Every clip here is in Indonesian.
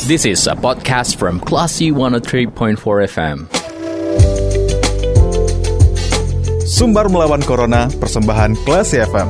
This is a podcast from Classy 103.4 FM. Sumbar melawan Corona, persembahan Classy FM.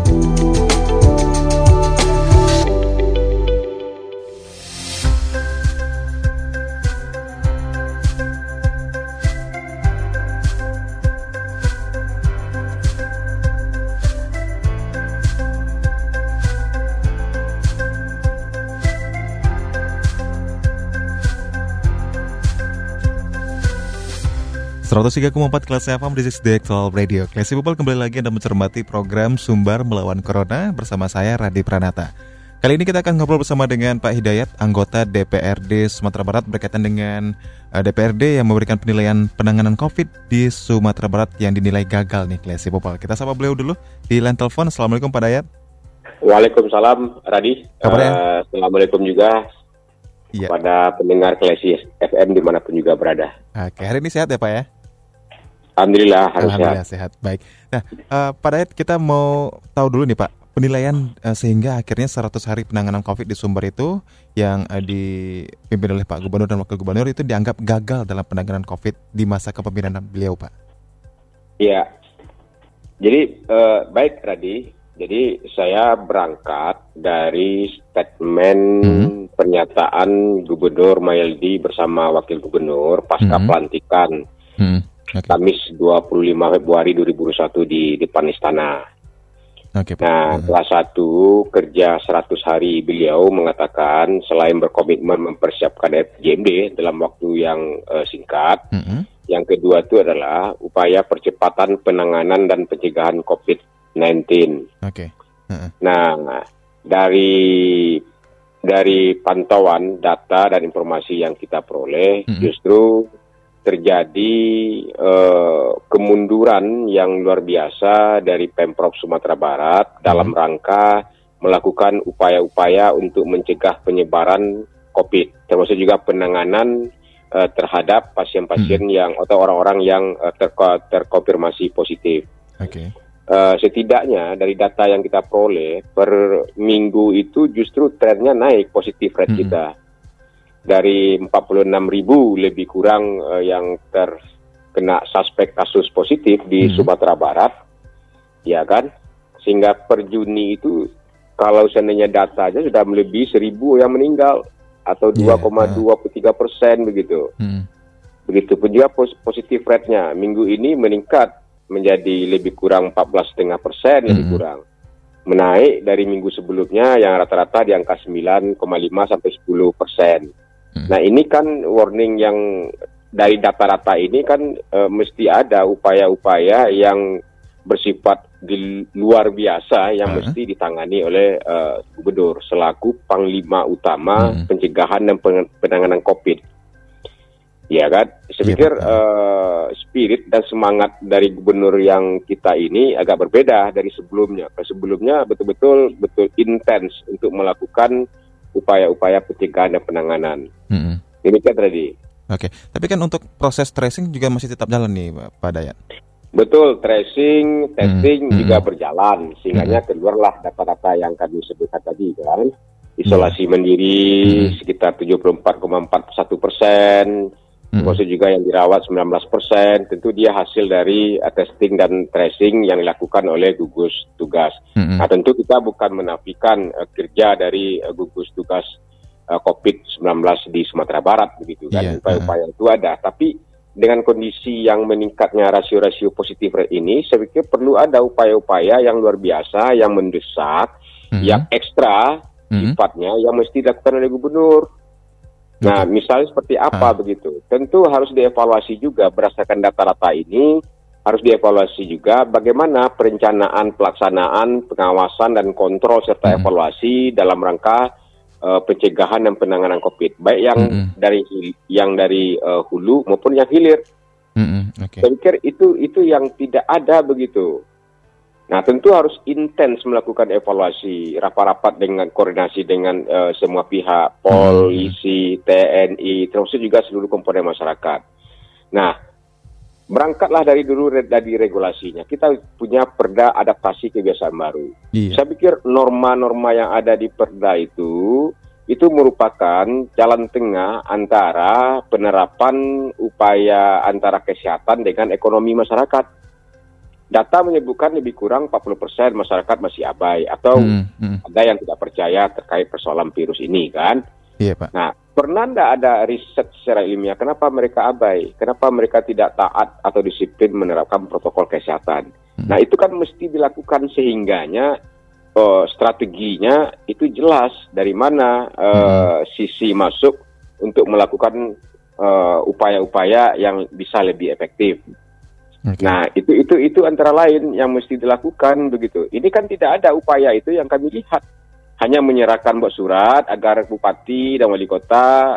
Classy 103,4 This is the Actual Radio. Classy People kembali lagi Anda mencermati program Sumbar Melawan Corona bersama saya Radhi Pranata. Kali ini kita akan ngobrol bersama dengan Pak Hidayat, anggota DPRD Sumatera Barat berkaitan dengan DPRD yang memberikan penilaian penanganan COVID di Sumatera Barat yang dinilai gagal nih Classy People. Kita sapa beliau dulu di line telepon. Assalamualaikum Pak Hidayat. Waalaikumsalam Radhi. Assalamualaikum juga kepada pendengar Classy FM dimanapun juga berada. Oke, hari ini sehat ya Pak ya? Alhamdulillah sehat. Baik. Nah, Pak Dayat, kita mau tahu dulu nih Pak, penilaian sehingga akhirnya 100 hari penanganan COVID di Sumber itu yang dipimpin oleh Pak Gubernur dan Wakil Gubernur itu dianggap gagal dalam penanganan COVID di masa kepemimpinan beliau, Pak. Iya. Jadi baik Radhi. Jadi saya berangkat dari statement pernyataan Gubernur Mahyildi bersama Wakil Gubernur pasca pelantikan. Okay. Kamis 25 Februari 2021 di depan Istana. Okay, nah, kelas 1 kerja 100 hari beliau mengatakan selain berkomitmen mempersiapkan FJMD dalam waktu yang singkat, yang kedua itu adalah upaya percepatan penanganan dan pencegahan COVID-19. Okay. Nah, dari pantauan data dan informasi yang kita peroleh, justru terjadi kemunduran yang luar biasa dari Pemprov Sumatera Barat dalam rangka melakukan upaya-upaya untuk mencegah penyebaran COVID, termasuk juga penanganan terhadap pasien-pasien yang atau orang-orang yang terkonfirmasi positif. Okay. Setidaknya dari data yang kita peroleh per minggu itu justru trennya naik positif rate kita. Dari 46.000 lebih kurang yang terkena suspek kasus positif di Sumatera Barat, ya kan? Sehingga per Juni itu kalau seandainya data aja sudah melebihi 1.000 yang meninggal atau 2,23% begitu. Begitupun juga positif rate-nya minggu ini meningkat menjadi lebih kurang 14,5% lebih kurang. Menaik dari minggu sebelumnya yang rata-rata di angka 9,5 sampai 10%. Nah ini kan warning yang dari data-data ini kan mesti ada upaya-upaya yang bersifat luar biasa yang mesti ditangani oleh Gubernur selaku Panglima Utama pencegahan dan penanganan COVID. Ya kan, saya pikir spirit dan semangat dari Gubernur yang kita ini agak berbeda dari sebelumnya. Sebelumnya betul-betul intens untuk melakukan upaya-upaya pencegahan dan penanganan. Demikian tadi. Oke, tapi kan untuk proses tracing juga masih tetap jalan nih Pak Dayat. Betul, tracing, testing juga berjalan. Sehingga keluarlah data-data yang kami sebutkan tadi kan. Isolasi mandiri sekitar 74,41%. Termasuk juga yang dirawat 19%. Tentu dia hasil dari testing dan tracing yang dilakukan oleh gugus tugas. Nah tentu kita bukan menafikan kerja dari gugus tugas COVID-19 di Sumatera Barat begitu kan. Upaya-upaya itu ada. Tapi dengan kondisi yang meningkatnya rasio-rasio positif rate ini, saya pikir perlu ada upaya-upaya yang luar biasa, yang mendesak, yang ekstra sifatnya yang mesti dilakukan oleh Gubernur. Nah, misalnya seperti apa begitu? Tentu harus dievaluasi juga berdasarkan data-data ini, harus dievaluasi juga bagaimana perencanaan, pelaksanaan, pengawasan dan kontrol serta evaluasi dalam rangka pencegahan dan penanganan COVID, baik yang dari hulu maupun yang hilir. Saya pikir itu yang tidak ada begitu. Nah, tentu harus intens melakukan evaluasi, rapat-rapat dengan koordinasi dengan semua pihak, polisi, TNI, termasuk juga seluruh komponen masyarakat. Nah, berangkatlah dari regulasinya. Kita punya perda adaptasi kebiasaan baru. Saya pikir norma-norma yang ada di perda itu itu merupakan jalan tengah antara penerapan upaya antara kesehatan dengan ekonomi masyarakat. Data menyebutkan lebih kurang 40% masyarakat masih abai atau ada yang tidak percaya terkait persoalan virus ini kan. Iya, Pak. Nah, pernah tidak ada riset secara ilmiah kenapa mereka abai, kenapa mereka tidak taat atau disiplin menerapkan protokol kesehatan. Nah, itu kan mesti dilakukan sehingganya strateginya itu jelas dari mana sisi masuk untuk melakukan upaya-upaya yang bisa lebih efektif. Okay. Nah, itu antara lain yang mesti dilakukan begitu. Ini kan tidak ada upaya itu yang kami lihat. Hanya menyerahkan buat surat agar bupati dan wali kota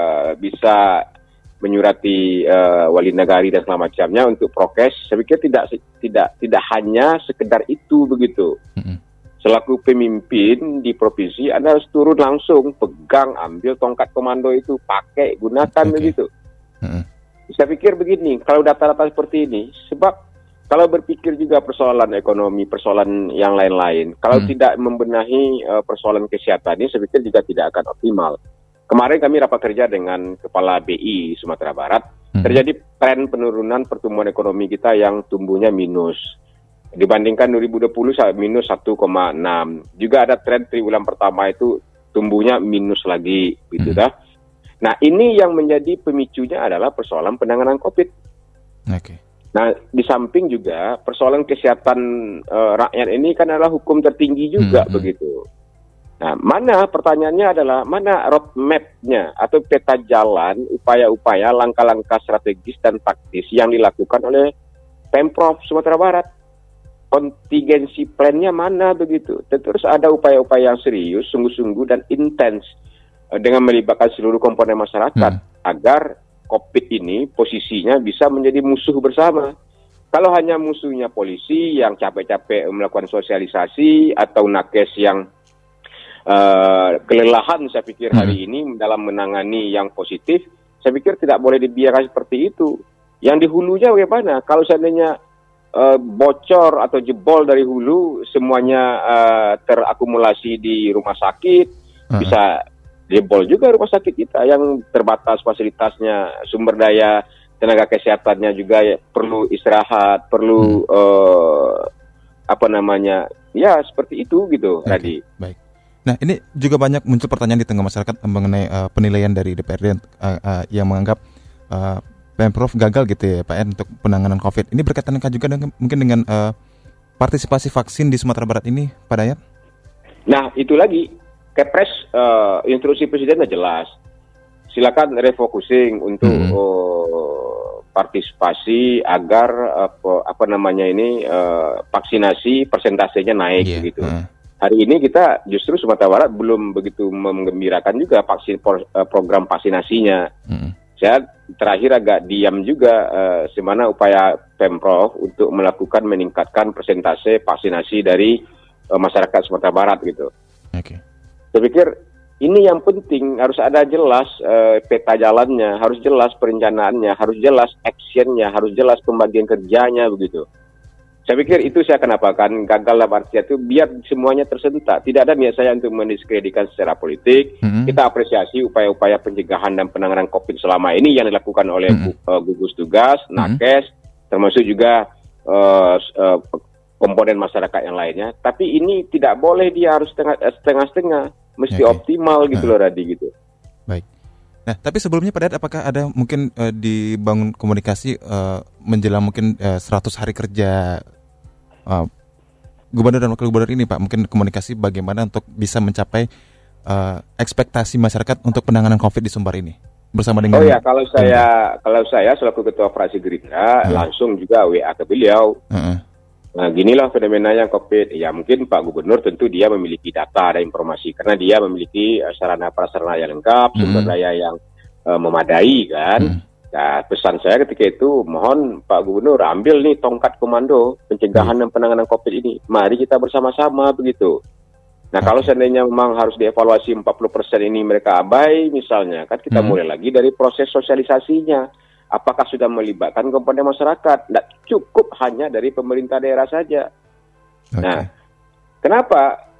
bisa menyurati wali negari dan segala macamnya untuk prokes. Saya pikir tidak hanya sekedar itu begitu. Selaku pemimpin di provinsi, Anda harus turun langsung, pegang, ambil tongkat komando itu, pakai, gunakan begitu. Saya pikir begini, kalau data-data seperti ini, sebab kalau berpikir juga persoalan ekonomi, persoalan yang lain-lain, kalau tidak membenahi persoalan kesehatan ini, saya pikir juga tidak akan optimal. Kemarin kami rapat kerja dengan Kepala BI Sumatera Barat, terjadi tren penurunan pertumbuhan ekonomi kita yang tumbuhnya minus. Dibandingkan 2020 minus 1,6. Juga ada tren triwulan pertama itu tumbuhnya minus lagi, gitu dah. Nah, ini yang menjadi pemicunya adalah persoalan penanganan COVID. Okay. Nah, di samping juga persoalan kesehatan rakyat ini kan adalah hukum tertinggi juga begitu. Nah, pertanyaannya adalah mana roadmap-nya atau peta jalan, upaya-upaya, langkah-langkah strategis dan taktis yang dilakukan oleh Pemprov Sumatera Barat. Kontingensi plan-nya mana begitu. Tentu harus ada upaya-upaya yang serius, sungguh-sungguh dan intens dengan melibatkan seluruh komponen masyarakat agar COVID ini posisinya bisa menjadi musuh bersama. Kalau hanya musuhnya polisi yang capek-capek melakukan sosialisasi atau nakes yang kelelahan, saya pikir hari ini dalam menangani yang positif, saya pikir tidak boleh dibiarkan seperti itu. Yang di hulunya bagaimana? Kalau seandainya bocor atau jebol dari hulu, semuanya terakumulasi di rumah sakit, bisa jebol juga rumah sakit kita yang terbatas fasilitasnya, sumber daya tenaga kesehatannya juga perlu istirahat, perlu ya seperti itu gitu tadi. Baik. Nah, ini juga banyak muncul pertanyaan di tengah masyarakat mengenai penilaian dari DPRD yang menganggap Pemprov gagal gitu ya Pak untuk penanganan COVID. Ini berkaitan juga mungkin dengan partisipasi vaksin di Sumatera Barat ini, Pak Dayat? Nah, itu lagi. Kepres instruksi presiden jelas. Silakan refocusing untuk partisipasi agar vaksinasi persentasenya naik gitu. Hari ini kita justru Sumatera Barat belum begitu menggembirakan juga program vaksinasinya. Saya terakhir agak diam juga semana upaya Pemprov untuk meningkatkan persentase vaksinasi dari masyarakat Sumatera Barat gitu. Okay. Saya pikir ini yang penting, harus ada jelas peta jalannya, harus jelas perencanaannya, harus jelas actionnya, harus jelas pembagian kerjanya begitu. Saya pikir itu saya kenapakan gagal dalam artian itu biar semuanya tersentak. Tidak ada niat saya untuk mendiskreditkan secara politik. Kita apresiasi upaya-upaya pencegahan dan penanganan COVID selama ini yang dilakukan oleh gugus tugas, nakes, termasuk juga komponen masyarakat yang lainnya. Tapi ini tidak boleh dia harus setengah-setengah. Mesti optimal gitu loh Radi gitu. Baik. Nah, tapi sebelumnya Pak Dayat, apakah ada mungkin dibangun komunikasi menjelang mungkin 100 hari kerja gubernur dan wakil gubernur ini Pak? Mungkin komunikasi bagaimana untuk bisa mencapai ekspektasi masyarakat untuk penanganan COVID di Sumbar ini bersama dengan. Oh ya, kalau saya selaku ketua fraksi Gerindra langsung juga WA ke beliau. Nah, ginilah fenomenanya COVID. Ya, mungkin Pak Gubernur tentu dia memiliki data dan informasi karena dia memiliki sarana prasarana yang lengkap, sumber daya yang memadai kan. Nah, pesan saya ketika itu, mohon Pak Gubernur ambil nih tongkat komando pencegahan dan penanganan COVID ini. Mari kita bersama-sama begitu. Nah, kalau seandainya memang harus dievaluasi 40% ini mereka abai misalnya, kan kita mulai lagi dari proses sosialisasinya. Apakah sudah melibatkan komponen masyarakat? Tidak cukup hanya dari pemerintah daerah saja. Nah, kenapa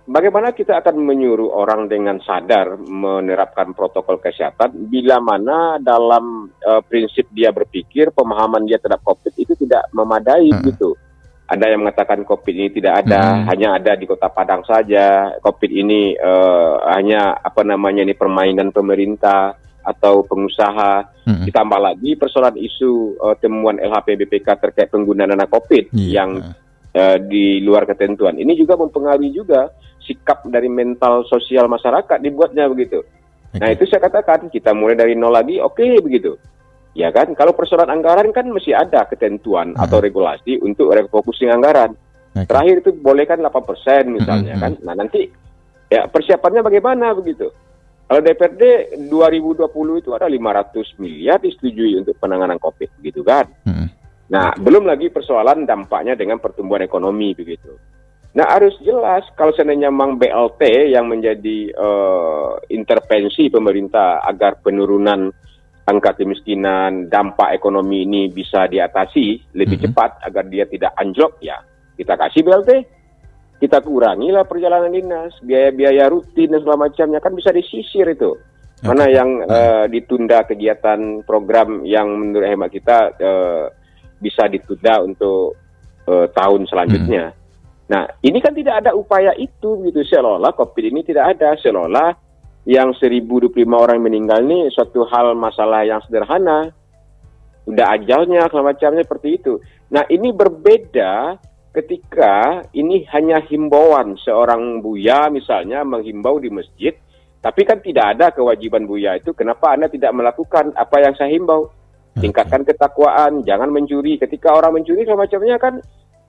bagaimana kita akan menyuruh orang dengan sadar menerapkan protokol kesehatan bila mana dalam prinsip dia berpikir, pemahaman dia terhadap COVID itu tidak memadai gitu. Ada yang mengatakan COVID ini tidak ada, hanya ada di Kota Padang saja. COVID ini hanya ini permainan pemerintah atau pengusaha. Ditambah lagi persoalan isu temuan LHP BPK terkait penggunaan dana COVID yang di luar ketentuan. Ini juga mempengaruhi juga sikap dari mental sosial masyarakat dibuatnya begitu. Nah itu saya katakan kita mulai dari nol lagi, oke begitu. Ya kan, kalau persoalan anggaran kan mesti ada ketentuan atau regulasi untuk refocusing anggaran. Terakhir itu bolehkan 8% misalnya kan. Nah nanti ya persiapannya bagaimana begitu. Kalau DPRD 2020 itu ada 500 miliar disetujui untuk penanganan COVID gitu kan. Nah belum lagi persoalan dampaknya dengan pertumbuhan ekonomi begitu. Nah harus jelas kalau seandainya memang BLT yang menjadi intervensi pemerintah agar penurunan angka kemiskinan, dampak ekonomi ini bisa diatasi lebih cepat agar dia tidak anjlok, ya kita kasih BLT, kita kurangilah perjalanan dinas, biaya-biaya rutin dan segala macamnya kan bisa disisir itu. Mana yang ditunda kegiatan program yang menurut hemat kita bisa ditunda untuk tahun selanjutnya. Nah, ini kan tidak ada upaya itu gitu, seolah-olah COVID ini tidak ada, seolah-olah yang 1025 orang meninggal ini suatu hal masalah yang sederhana, udah ajalnya, segala macamnya seperti itu. Nah, ini berbeda ketika ini hanya himbauan seorang buya misalnya menghimbau di masjid, tapi kan tidak ada kewajiban buya itu, kenapa Anda tidak melakukan apa yang saya himbau? Tingkatkan ketakwaan, jangan mencuri. Ketika orang mencuri, segala macamnya kan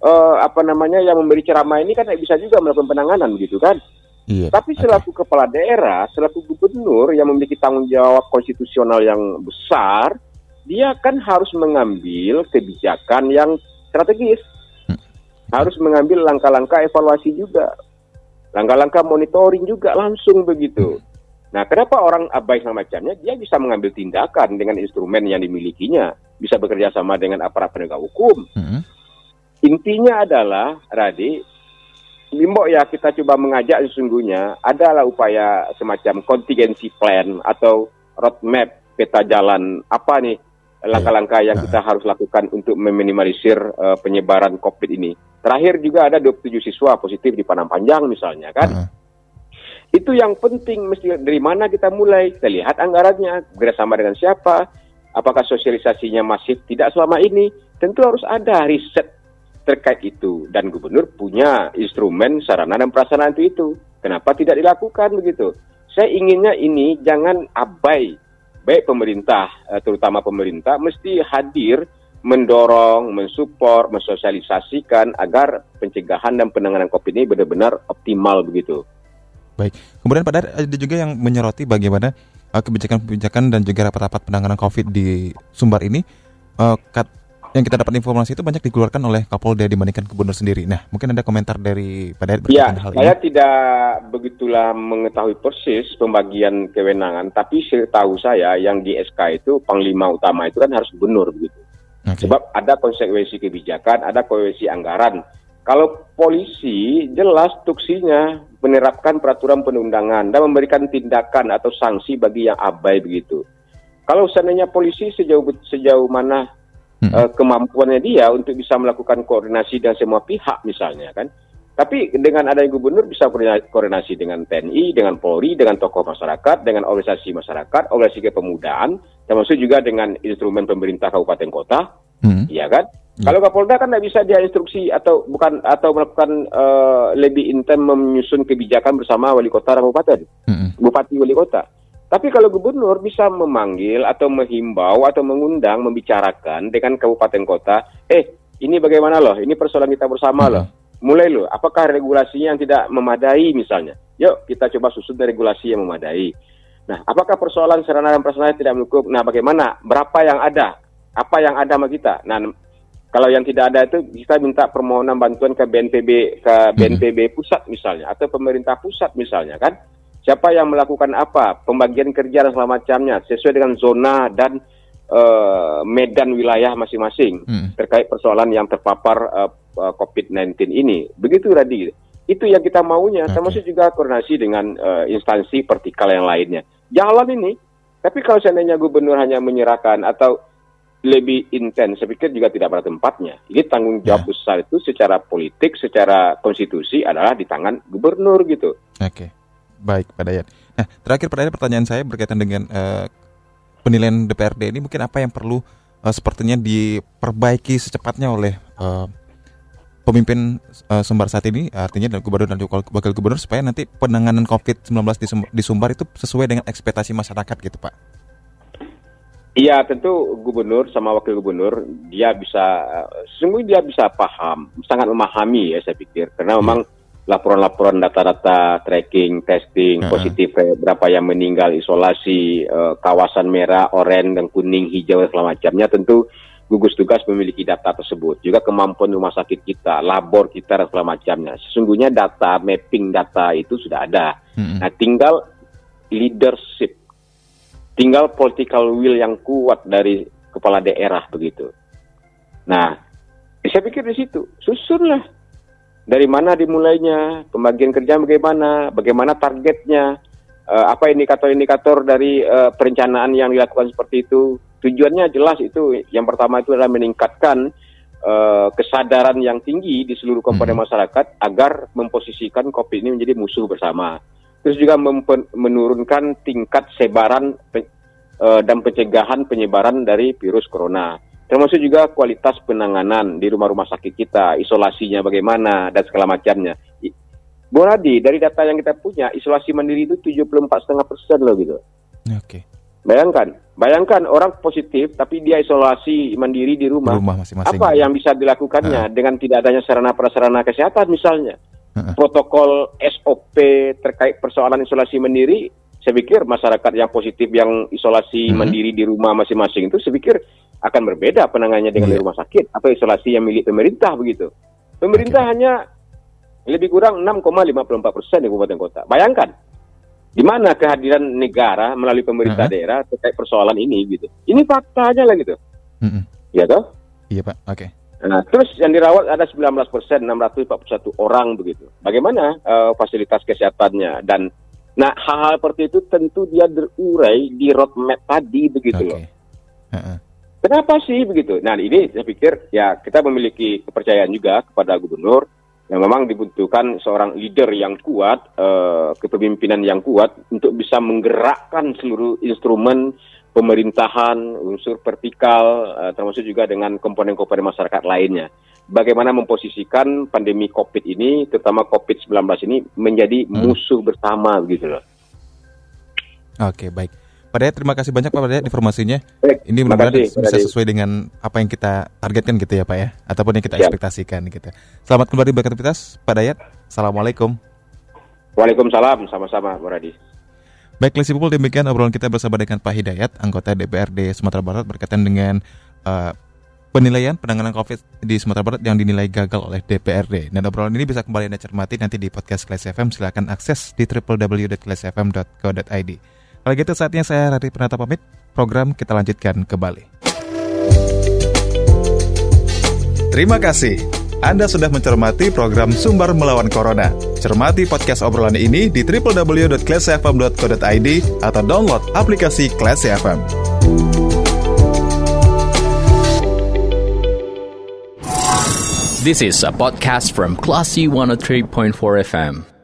yang memberi ceramah ini kan bisa juga melakukan penanganan begitu kan. Tapi selaku kepala daerah, selaku gubernur yang memiliki tanggung jawab konstitusional yang besar, dia kan harus mengambil kebijakan yang strategis, harus mengambil langkah-langkah evaluasi juga, langkah-langkah monitoring juga langsung begitu. Nah, kenapa orang abai sama macamnya? Dia bisa mengambil tindakan dengan instrumen yang dimilikinya, bisa bekerja sama dengan aparat penegak hukum. Intinya adalah, Radi, Bimbo ya kita coba mengajak sesungguhnya adalah upaya semacam contingency plan atau roadmap peta jalan apa nih langkah-langkah yang kita harus lakukan untuk meminimalisir penyebaran COVID ini. Terakhir juga ada 27 siswa positif di Padang Panjang misalnya kan. Itu yang penting, mesti dari mana kita mulai, kita lihat anggarannya, bersama dengan siapa, apakah sosialisasinya masif tidak selama ini, tentu harus ada riset terkait itu, dan gubernur punya instrumen, sarana dan prasarana itu. Kenapa tidak dilakukan begitu? Saya inginnya ini jangan abai, baik pemerintah, terutama pemerintah, mesti hadir, mendorong, mensupport, mensosialisasikan agar pencegahan dan penanganan COVID ini benar-benar optimal begitu. Baik, kemudian Pak Dar, ada juga yang menyoroti bagaimana kebijakan-kebijakan dan juga rapat-rapat penanganan COVID di Sumbar ini, yang kita dapat informasi itu banyak dikeluarkan oleh Kapolda dibandingkan gubernur sendiri. Nah, mungkin ada komentar dari Pak Dar berkaitan hal ini. Saya tidak begitulah mengetahui persis pembagian kewenangan, tapi setahu saya yang di SK itu Panglima Utama itu kan harus gubernur begitu. Sebab ada konsekuensi kebijakan, ada konsekuensi anggaran. Kalau polisi jelas tuksinya menerapkan peraturan perundangan dan memberikan tindakan atau sanksi bagi yang abai begitu. Kalau seandainya polisi sejauh mana kemampuannya dia untuk bisa melakukan koordinasi dengan semua pihak misalnya kan. Tapi dengan adanya gubernur bisa koordinasi dengan TNI, dengan Polri, dengan tokoh masyarakat, dengan organisasi masyarakat, organisasi kepemudaan, termasuk juga dengan instrumen pemerintah kabupaten kota, iya kan? Kalau Kapolda kan tidak bisa dia instruksi atau melakukan lebih intens menyusun kebijakan bersama wali kota dan kabupaten, bupati wali kota. Tapi kalau gubernur bisa memanggil atau menghimbau atau mengundang, membicarakan dengan kabupaten kota, ini bagaimana loh, ini persoalan kita bersama loh. Mulai loh, apakah regulasinya yang tidak memadai misalnya? Yuk kita coba susun regulasi yang memadai. Nah, apakah persoalan sarana dan prasarana tidak mencukup? Nah, bagaimana? Berapa yang ada? Apa yang ada sama kita? Nah, kalau yang tidak ada itu kita minta permohonan bantuan ke BNPB pusat misalnya, atau pemerintah pusat misalnya kan? Siapa yang melakukan apa? Pembagian kerja dan segala macamnya sesuai dengan zona dan medan wilayah masing-masing terkait persoalan yang terpapar COVID-19 ini. Begitu tadi. Itu yang kita maunya, termasuk juga koordinasi dengan instansi vertikal yang lainnya. Jalan ini, tapi kalau seandainya gubernur hanya menyerahkan atau lebih intens, saya pikir juga tidak pada tempatnya. Jadi tanggung jawab besar itu secara politik, secara konstitusi adalah di tangan gubernur gitu. Oke, baik Pak Dayat. Nah, terakhir Pak Dayat, pertanyaan saya berkaitan dengan penilaian DPRD ini, mungkin apa yang perlu sepertinya diperbaiki secepatnya oleh pemimpin Sumbar saat ini, artinya dan gubernur dan wakil gubernur, supaya nanti penanganan COVID-19 di Sumbar itu sesuai dengan ekspektasi masyarakat gitu Pak? Iya, tentu gubernur sama wakil gubernur dia bisa paham, sangat memahami ya saya pikir, karena memang laporan-laporan data-data tracking, testing, positif berapa yang meninggal, isolasi, kawasan merah, oranye dan kuning, hijau dan segala macamnya, tentu gugus tugas memiliki data tersebut. Juga kemampuan rumah sakit kita, labor kita dan segala macamnya. Sesungguhnya data, mapping data itu sudah ada. Nah, tinggal leadership, tinggal political will yang kuat dari kepala daerah begitu. Nah, saya pikir di situ susunlah dari mana dimulainya, pembagian kerja bagaimana targetnya, apa indikator-indikator dari perencanaan yang dilakukan seperti itu. Tujuannya jelas itu. Yang pertama itu adalah meningkatkan kesadaran yang tinggi di seluruh komponen masyarakat agar memposisikan COVID ini menjadi musuh bersama. Terus juga menurunkan tingkat sebaran dan pencegahan penyebaran dari virus corona. Termasuk juga kualitas penanganan di rumah-rumah sakit kita, isolasinya bagaimana dan segala macamnya. Bu Radi, dari data yang kita punya, isolasi mandiri itu 74,5% loh gitu. Oke. Bayangkan orang positif tapi dia isolasi mandiri di rumah masing-masing. Apa yang bisa dilakukannya dengan tidak adanya sarana-prasarana kesehatan misalnya? Protokol SOP terkait persoalan isolasi mandiri, saya pikir masyarakat yang positif yang isolasi mandiri di rumah masing-masing itu saya pikir akan berbeda penanganannya dengan di rumah sakit atau isolasi yang milik pemerintah begitu. Pemerintah hanya lebih kurang 6,54% di kabupaten kota. Bayangkan di mana kehadiran negara melalui pemerintah daerah terkait persoalan ini gitu. Ini faktanya lah gitu. Ya toh? Iya Pak, oke. Nah, terus yang dirawat ada 19%, 641 orang begitu. Bagaimana fasilitas kesehatannya? Dan nah hal-hal seperti itu tentu dia terurai di roadmap tadi begitu loh. Kenapa sih begitu? Nah ini saya pikir ya kita memiliki kepercayaan juga kepada gubernur. Yang memang dibutuhkan seorang leader yang kuat, kepemimpinan yang kuat untuk bisa menggerakkan seluruh instrumen pemerintahan, unsur vertikal, termasuk juga dengan komponen-komponen masyarakat lainnya. Bagaimana memposisikan pandemi COVID ini, terutama COVID-19 ini, menjadi musuh bersama begitu loh. Oke, baik. Pak Dayat, terima kasih banyak Pak Dayat informasinya. Ini mudah-mudahan bisa sesuai dengan apa yang kita targetkan gitu ya Pak ya, ataupun yang kita ekspektasikan gitu. Selamat kembali beraktivitas Pak Dayat. Assalamualaikum. Waalaikumsalam, sama-sama Bu Radi. Baik, Classy People, demikian obrolan kita bersama dengan Pak Hidayat, anggota DPRD Sumatera Barat, berkaitan dengan penilaian penanganan COVID di Sumatera Barat yang dinilai gagal oleh DPRD. Dan obrolan ini bisa kembali Anda cermati nanti di podcast Classy FM. Silakan akses di www.classyfm.co.id. Kalau gitu saatnya saya Radi Pranata pamit. Program kita lanjutkan kembali. Terima kasih. Anda sudah mencermati program Sumbar Melawan Corona. Cermati podcast obrolan ini di www.classyfm.co.id atau download aplikasi Classy FM. This is a podcast from Classy 103.4 FM.